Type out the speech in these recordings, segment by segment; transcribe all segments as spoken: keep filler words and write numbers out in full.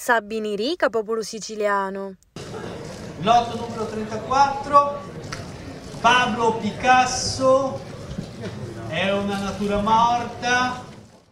Sabini Rica, popolo siciliano. Lotto numero trentaquattro, Pablo Picasso, è una natura morta.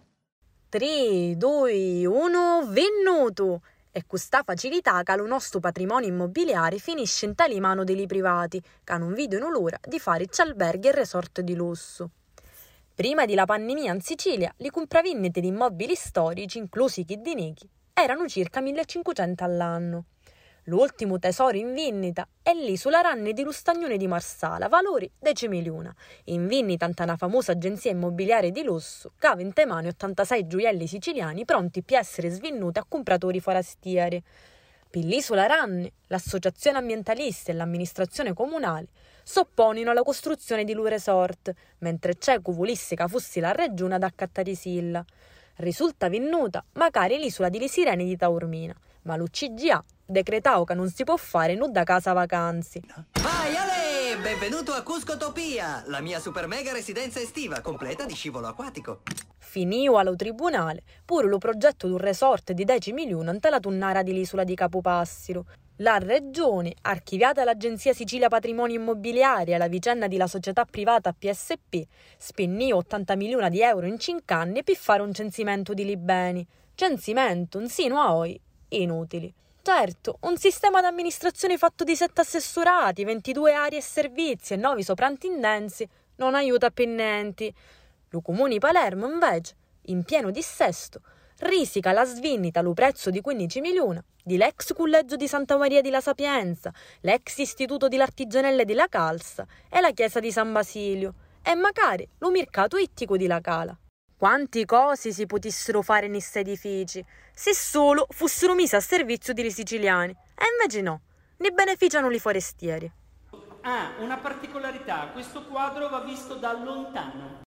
tre, due, uno, venuto! E questa facilità che lo nostro patrimonio immobiliare finisce in tali mano dei privati che non vedono l'ora di fare alberghi e resort di lusso. Prima della pandemia in Sicilia, le compravendite di immobili storici, inclusi chi di neghi, erano circa millecinquecento all'anno. L'ultimo tesoro in vendita è l'isola Ranne di Lustagnone di Marsala, valori dieci milioni. In vendita anta una famosa agenzia immobiliare di lusso che ha in mano ottantasei gioielli siciliani pronti per essere svenduti a compratori forastieri. Per l'isola Ranne, l'associazione ambientalista e l'amministrazione comunale s'oppongono alla costruzione di un resort, mentre c'è chi volesse che fosse la regione ad accattare Silla. Risulta venuta magari l'isola di Le Sirene di Taormina, ma l'U C G A decretò che non si può fare nulla da casa vacanze. Vai Ale! Benvenuto a Cuscotopia, la mia super mega residenza estiva, completa di scivolo acquatico. Finì allo tribunale pure lo progetto di un resort di dieci milioni ante la tunnara dell'isola di Capopassiro. La regione, archiviata l'Agenzia Sicilia Patrimonio Immobiliare e la vicenda della società privata P S P, spennì ottanta milioni di euro in cinque anni per fare un censimento di libeni. Censimento, insino a oi, inutili. Certo, un sistema di amministrazione fatto di sette assessorati, ventidue aree e servizi e nove soprintendenze non aiuta per niente. Lo comune di Palermo, invece, in pieno dissesto, risica la svendita allo prezzo di quindici milioni di l'ex collegio di Santa Maria di La Sapienza, l'ex istituto di l'Artigianella di La Calza e la chiesa di San Basilio, e magari lo mercato ittico di La Cala. Quanti cose si potessero fare in questi edifici, se solo fossero messi a servizio dei siciliani, e invece no, ne beneficiano i forestieri. Ah, una particolarità, questo quadro va visto da lontano.